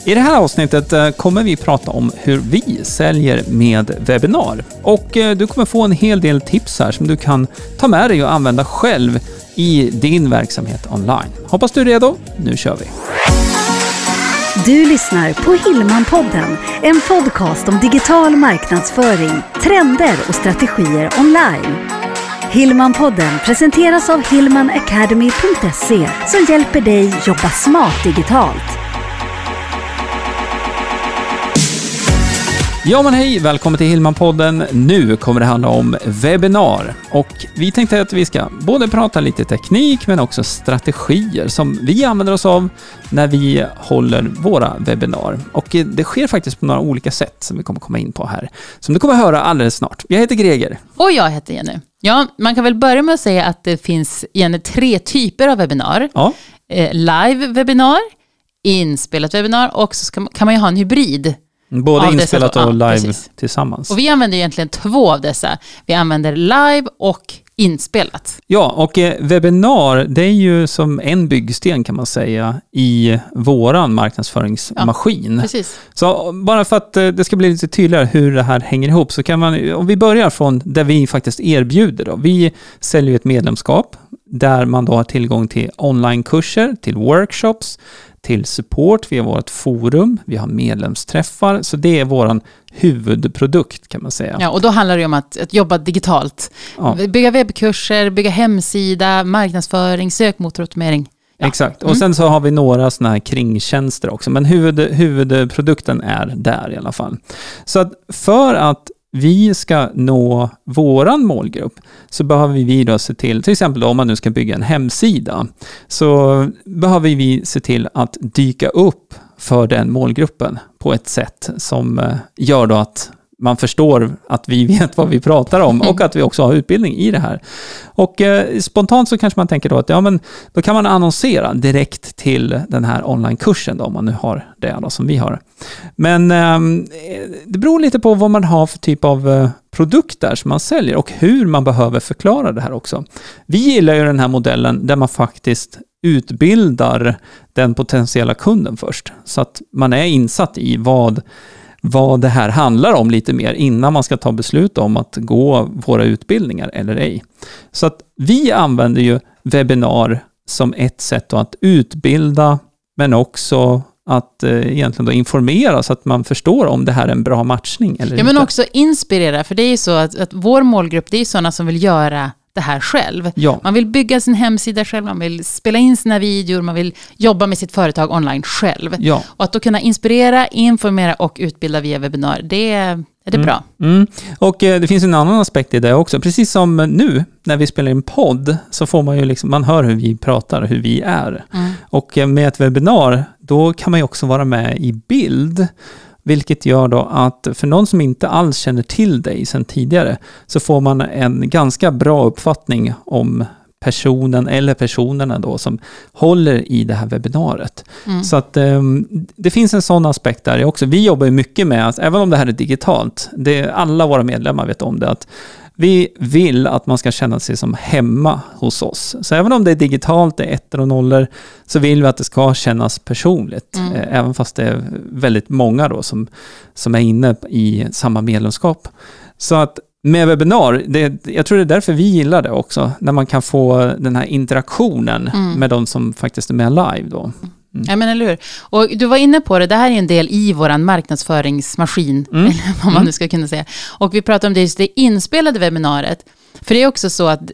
I det här avsnittet kommer vi prata om hur vi säljer med webbinar. Och du kommer få en hel del tips här som du kan ta med dig och använda själv i din verksamhet online. Hoppas du är redo. Nu kör vi! Du lyssnar på Hillman-podden, en podcast om digital marknadsföring, trender och strategier online. Hillman-podden presenteras av hillmanacademy.se som hjälper dig jobba smart digitalt. Ja men hej, välkommen till Hillman-podden. Nu kommer det handla om webbinar. Och vi tänkte att vi ska både prata lite teknik men också strategier som vi använder oss av när vi håller våra webbinar. Och det sker faktiskt på några olika sätt som vi kommer komma in på här. Som du kommer höra alldeles snart. Jag heter Greger. Och jag heter Jenny. Ja, man kan väl börja med att säga att det finns egentligen 3 typer av webbinar. Ja. Live-webbinar, inspelat webbinar och så kan man ju ha en hybrid. Både inspelat och live tillsammans. Och vi använder egentligen 2 av dessa. Vi använder live och inspelat. Ja, och webbinar, det är ju som en byggsten kan man säga i våran marknadsföringsmaskin. Ja, precis. Så bara för att det ska bli lite tydligare hur det här hänger ihop så kan man, om vi börjar från där vi faktiskt erbjuder då. Vi säljer ett medlemskap där man då har tillgång till onlinekurser, till workshops, till support via vårt forum. Vi har medlemsträffar. Så det är våran huvudprodukt kan man säga. Ja, och då handlar det om att jobba digitalt. Ja. Bygga webbkurser, bygga hemsida, marknadsföring, sökmotoroptimering. Ja. Exakt. Och sen så har vi några såna här kringtjänster också. Men huvudprodukten är där i alla fall. Så att för att vi ska nå våran målgrupp så behöver vi då se till exempel om man nu ska bygga en hemsida, så behöver vi se till att dyka upp för den målgruppen på ett sätt som gör då att man förstår att vi vet vad vi pratar om och att vi också har utbildning i det här. Och spontant så kanske man tänker då att ja, men då kan man annonsera direkt till den här onlinekursen då, om man nu har det då, som vi har. Men det beror lite på vad man har för typ av produkter som man säljer och hur man behöver förklara det här också. Vi gillar ju den här modellen där man faktiskt utbildar den potentiella kunden först så att man är insatt i vad det här handlar om lite mer innan man ska ta beslut om att gå våra utbildningar eller ej. Så att vi använder ju webbinar som ett sätt att utbilda men också att egentligen då informera så att man förstår om det här är en bra matchning eller inte. Ja, men också inspirera, för det är ju så att vår målgrupp, det är sådana som vill göra det här själv. Ja. Man vill bygga sin hemsida själv, man vill spela in sina videor, man vill jobba med sitt företag online själv. Ja. Och att då kunna inspirera, informera och utbilda via webbinar, det är bra. Mm. Och det finns en annan aspekt i det också. Precis som nu när vi spelar in podd så får man ju liksom, man hör hur vi pratar, hur vi är. Mm. Och med ett webbinar då kan man ju också vara med i bild. Vilket gör då att för någon som inte alls känner till dig sedan tidigare så får man en ganska bra uppfattning om personen eller personerna då som håller i det här webbinariet. Mm. Så att det finns en sån aspekt där också. Vi jobbar ju mycket med, att, även om det här är digitalt, alla våra medlemmar vet om det, att vi vill att man ska känna sig som hemma hos oss. Så även om det är digitalt, det är 1 och 0, så vill vi att det ska kännas personligt. Även fast det är väldigt många då som är inne i samma medlemskap. Så att med webbinar, jag tror det är därför vi gillar det också. När man kan få den här interaktionen med de som faktiskt är med live då. Mm. Ja, men eller hur? Och du var inne på det här är en del i våran marknadsföringsmaskin, eller vad man nu ska kunna säga. Och vi pratar om det, just det inspelade webbinariet. För det är också så att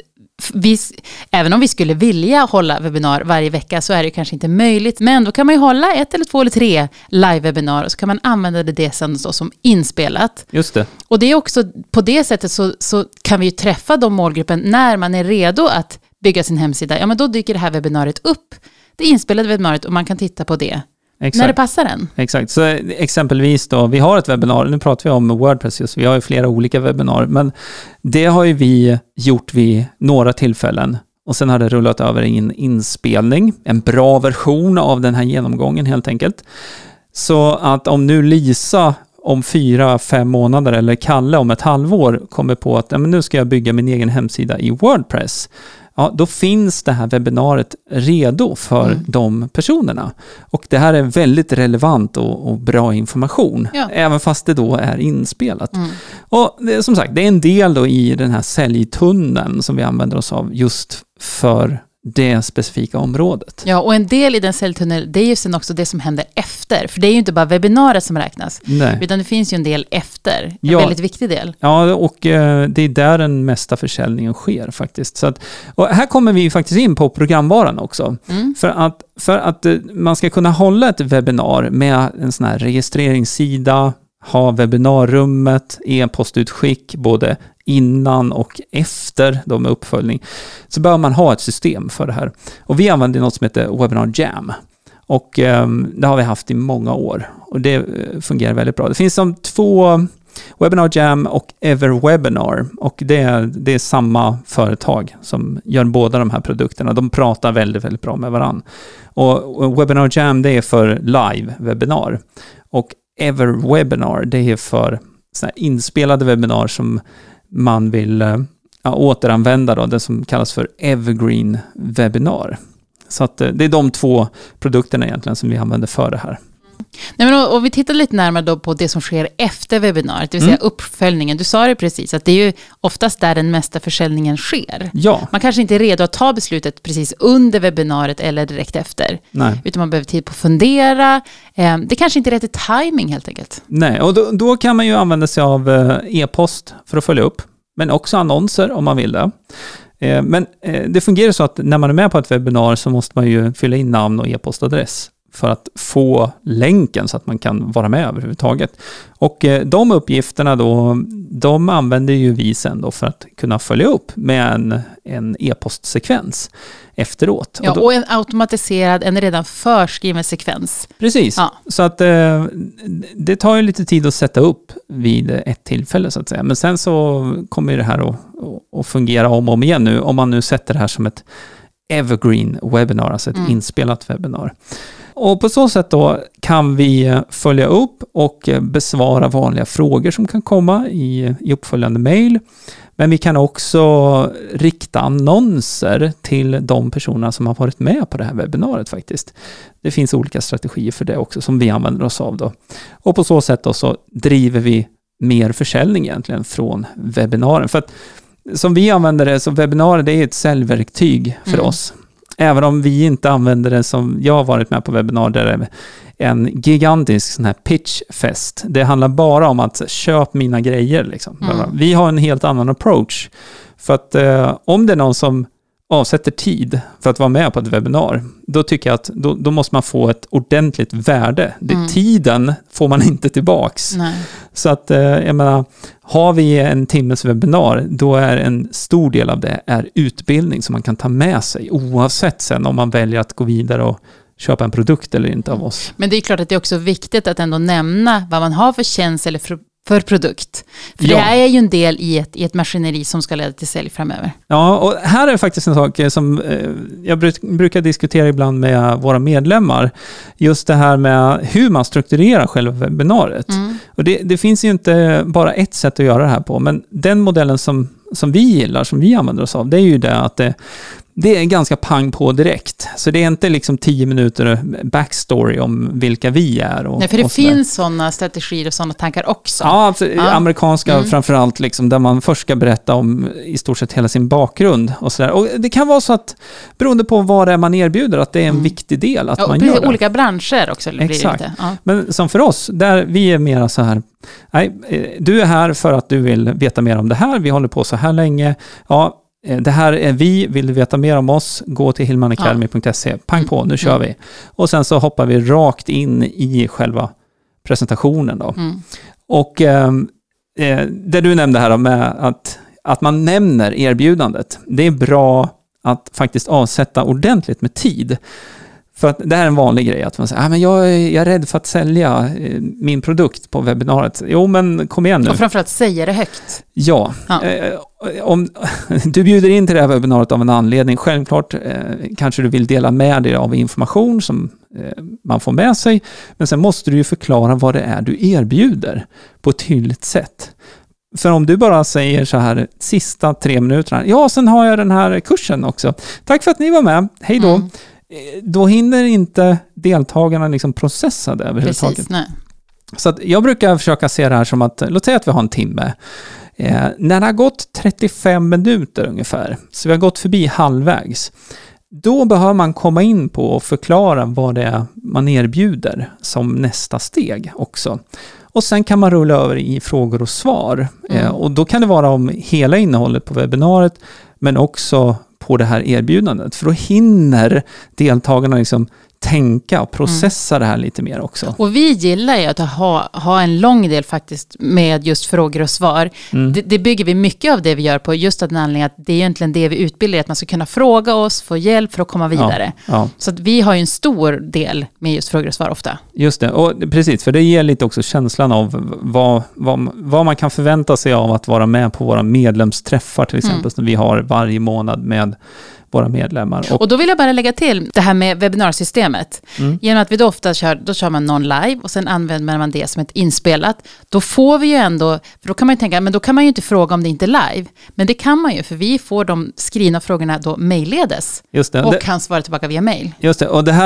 även om vi skulle vilja hålla webbinar varje vecka så är det kanske inte möjligt. Men då kan man ju hålla 1 eller 2 eller 3 live-webbinar och så kan man använda det sen som inspelat. Just det. Och det är också på det sättet så kan vi ju träffa de målgruppen när man är redo att bygga sin hemsida. Ja, men då dyker det här webbinariet upp. Det inspelade webbinariet och man kan titta på det. Exakt. När det passar en. Exakt, så exempelvis då, vi har ett webbinar, nu pratar vi om WordPress just, vi har ju flera olika webbinar, men det har ju vi gjort vid några tillfällen och sen har det rullat över i en inspelning, en bra version av den här genomgången helt enkelt. Så att om nu Lisa om 4-5 månader eller Kalle om ett halvår kommer på att men nu ska jag bygga min egen hemsida i WordPress. ja, då finns det här webbinariet redo för de personerna. Och det här är väldigt relevant och bra information, även fast det då är inspelat. Och det, som sagt, det är en del då i den här säljtunneln som vi använder oss av just för det specifika området. Ja, och en del i den säljtunneln, det är ju sen också det som händer efter. För det är ju inte bara webbinariet som räknas. Nej. Utan det finns ju en del efter. En väldigt viktig del. Ja, och det är där den mesta försäljningen sker faktiskt. Så att, och här kommer vi faktiskt in på programvaran också. För att man ska kunna hålla ett webbinar med en sån här registreringssida, ha webbinarrummet, e-postutskick både innan och efter de uppföljning, så bör man ha ett system för det här. Och vi använder något som heter Webinar Jam. Och det har vi haft i många år. Och det fungerar väldigt bra. Det finns som 2 Webinar Jam och EverWebinar. Och det är samma företag som gör båda de här produkterna. De pratar väldigt, väldigt bra med varandra. Och Webinar Jam, det är för live-webinar. Och EverWebinar, det är för såna här inspelade webbinar som man vill återanvända då, det som kallas för Evergreen Webinar. Så att det är de 2 produkterna egentligen som vi använder för det här. Nej, men och vi tittar lite närmare då på det som sker efter webbinariet, det vill säga uppföljningen. Du sa det precis, att det är ju oftast där den mesta försäljningen sker. Ja. Man kanske inte är redo att ta beslutet precis under webbinariet eller direkt efter. Nej. Utan man behöver tid på att fundera. Det kanske inte är rätt timing helt enkelt. Nej, och då kan man ju använda sig av e-post för att följa upp. Men också annonser om man vill det. Men det fungerar så att när man är med på ett webbinar så måste man ju fylla in namn och e-postadress för att få länken så att man kan vara med överhuvudtaget. Och de uppgifterna då, de använder ju vi sen då för att kunna följa upp med en e-postsekvens efteråt. Ja, och en automatiserad, en redan förskriven sekvens. Precis, så att det tar ju lite tid att sätta upp vid ett tillfälle så att säga. Men sen så kommer det här att fungera om och om igen nu, om man nu sätter det här som ett evergreen webinar, alltså ett inspelat webbinar. Och på så sätt då kan vi följa upp och besvara vanliga frågor som kan komma i uppföljande mejl. Men vi kan också rikta annonser till de personer som har varit med på det här webbinariet faktiskt. Det finns olika strategier för det också som vi använder oss av då. Och på så sätt då så driver vi mer försäljning egentligen från webbinaren. För att som vi använder det, så webbinarier, det är ett säljverktyg för oss. Även om vi inte använder det som jag har varit med på webbinar där det är en gigantisk sån här pitchfest. Det handlar bara om att köpa mina grejer. Liksom. Vi har en helt annan approach. För att om det är någon som avsätter tid för att vara med på ett webbinar, då tycker jag att då måste man få ett ordentligt värde. Tiden får man inte tillbaks. Nej. Så att jag menar, har vi en timmes webbinar, då är en stor del av det är utbildning som man kan ta med sig oavsett sen om man väljer att gå vidare och köpa en produkt eller inte av oss. Men det är klart att det är också viktigt att ändå nämna vad man har för tjänst eller för produkt. För det är ju en del i ett maskineri som ska leda till sälj framöver. Ja, och här är faktiskt en sak som jag brukar diskutera ibland med våra medlemmar. Just det här med hur man strukturerar själva webbinariet. Och det finns ju inte bara ett sätt att göra det här på, men den modellen som vi gillar, som vi använder oss av, det är ju det att det är ganska pang på direkt. Så det är inte liksom 10 minuter backstory om vilka vi är. Nej, för det finns sådana strategier och sådana tankar också. Ja, amerikanska framförallt, liksom, där man först ska berätta om i stort sett hela sin bakgrund. Och så där. Och det kan vara så att, beroende på vad det är man erbjuder, att det är en viktig del att man gör det. Olika branscher också. Exakt. Men som för oss, där vi är mera så här, nej, du är här för att du vill veta mer om det här. Vi håller på så här länge. Ja, det här är vi, vill du veta mer om oss, gå till hillmanacademy.se, pang på, nu kör vi. Och sen så hoppar vi rakt in i själva presentationen då. Och det du nämnde här med att man nämner erbjudandet, det är bra att faktiskt avsätta ordentligt med tid. För att det här är en vanlig grej, att man säger men jag är rädd för att sälja min produkt på webbinariet. Jo, men kom igen nu. Och framförallt säga det högt. Ja. Om du bjuder in till det här webbinariet av en anledning, självklart kanske du vill dela med dig av information som man får med sig. Men sen måste du ju förklara vad det är du erbjuder på ett tydligt sätt. För om du bara säger så här sista 3 minuterna, ja, sen har jag den här kursen också. Tack för att ni var med, hej då. Då hinner inte deltagarna liksom processa det överhuvudtaget. Precis, nej. Så att jag brukar försöka se det här som att, låt säga att vi har en timme. När det har gått 35 minuter ungefär, så vi har gått förbi halvvägs, då behöver man komma in på och förklara vad det är man erbjuder som nästa steg också. Och sen kan man rulla över i frågor och svar. Och då kan det vara om hela innehållet på webbinariet, men också på det här erbjudandet. För då hinner deltagarna liksom tänka och processa det här lite mer också. Och vi gillar ju att ha en lång del faktiskt med just frågor och svar. Det bygger vi mycket av det vi gör på, just av den anledningen att det är egentligen det vi utbildar, att man ska kunna fråga oss, få hjälp för att komma vidare. Ja. Så att vi har ju en stor del med just frågor och svar ofta. Just det, och precis, för det ger lite också känslan av vad man kan förvänta sig av att vara med på våra medlemsträffar till exempel, som vi har varje månad med våra medlemmar. Och då vill jag bara lägga till det här med webbinarsystemet. Genom att vi då ofta kör man non-live och sen använder man det som ett inspelat. Då får vi ju ändå, för då kan man ju tänka, men då kan man ju inte fråga om det inte är live. Men det kan man ju, för vi får de skrivna frågorna då mejlledes. Just det. Och kan svara tillbaka via mejl. Just det, och det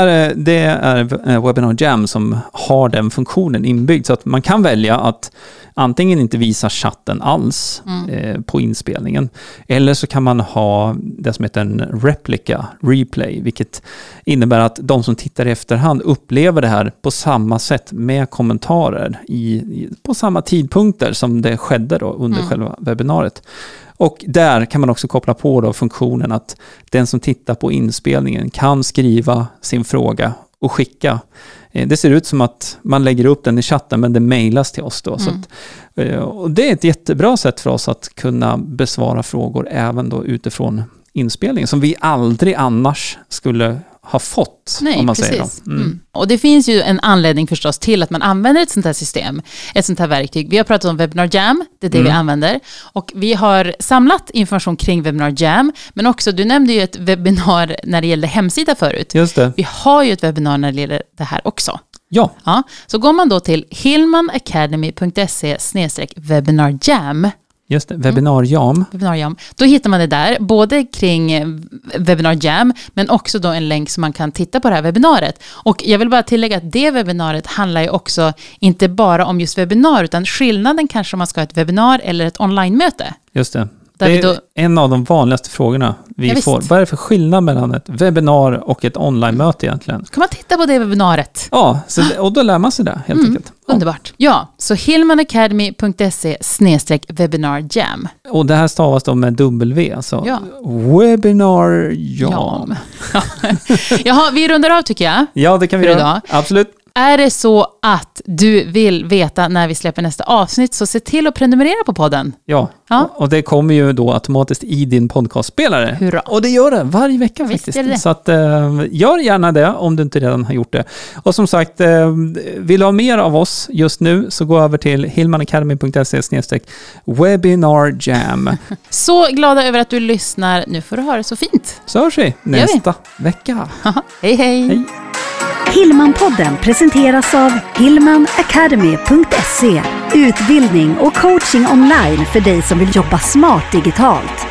är Webinar Jam som har den funktionen inbyggd, så att man kan välja att antingen inte visa chatten alls på inspelningen, eller så kan man ha det som heter en replay, vilket innebär att de som tittar i efterhand upplever det här på samma sätt med kommentarer på samma tidpunkter som det skedde då under själva webbinariet. Och där kan man också koppla på då funktionen att den som tittar på inspelningen kan skriva sin fråga och skicka. Det ser ut som att man lägger upp den i chatten, men det mejlas till oss då. Så att, och det är ett jättebra sätt för oss att kunna besvara frågor även då utifrån inspelningen, som vi aldrig annars skulle ha fått. Nej, om man precis. säger då. Och det finns ju en anledning förstås till att man använder ett sånt här system, ett sånt här verktyg. Vi har pratat om Webinar Jam, det är det vi använder. Och vi har samlat information kring Webinar Jam, men också, du nämnde ju ett webbinar när det gällde hemsida förut. Just det. Vi har ju ett webbinar när det gäller det här också. Ja. Så går man då till hillmanacademy.se/webinar jam. Just det, Webinar Jam. Då hittar man det där, både kring Webinar Jam, men också då en länk som man kan titta på det här webbinariet. Och jag vill bara tillägga att det webbinariet handlar ju också inte bara om just webbinar, utan skillnaden kanske om man ska ha ett webbinar eller ett online-möte. Just det. Det är en av de vanligaste frågorna vi får. Vad är det för skillnad mellan ett webbinar och ett online-möte egentligen? Kan man titta på det webbinariet? Ja, och då lär man sig det helt enkelt. Underbart. Ja, så hillmanacademy.se/webinar jam. Och det här stavas då med W, så Webinar Jam. Jaha, vi rundar av tycker jag. Ja, det kan vi göra. Idag. Absolut. Är det så att du vill veta när vi släpper nästa avsnitt, så se till att prenumerera på podden. Ja. Och det kommer ju då automatiskt i din podcastspelare. Hurra. Och det gör det varje vecka faktiskt. Det. Så att, gör gärna det om du inte redan har gjort det. Och som sagt, vill du ha mer av oss just nu, så gå över till hillmanacademy.se/webinar jam. Så glada över att du lyssnar. Nu får du ha det så fint. Så hörs vi nästa vecka. Hej, hej. Hej. Hillmanpodden presenteras av hillmanacademy.se. Utbildning och coaching online för dig som vill jobba smart digitalt.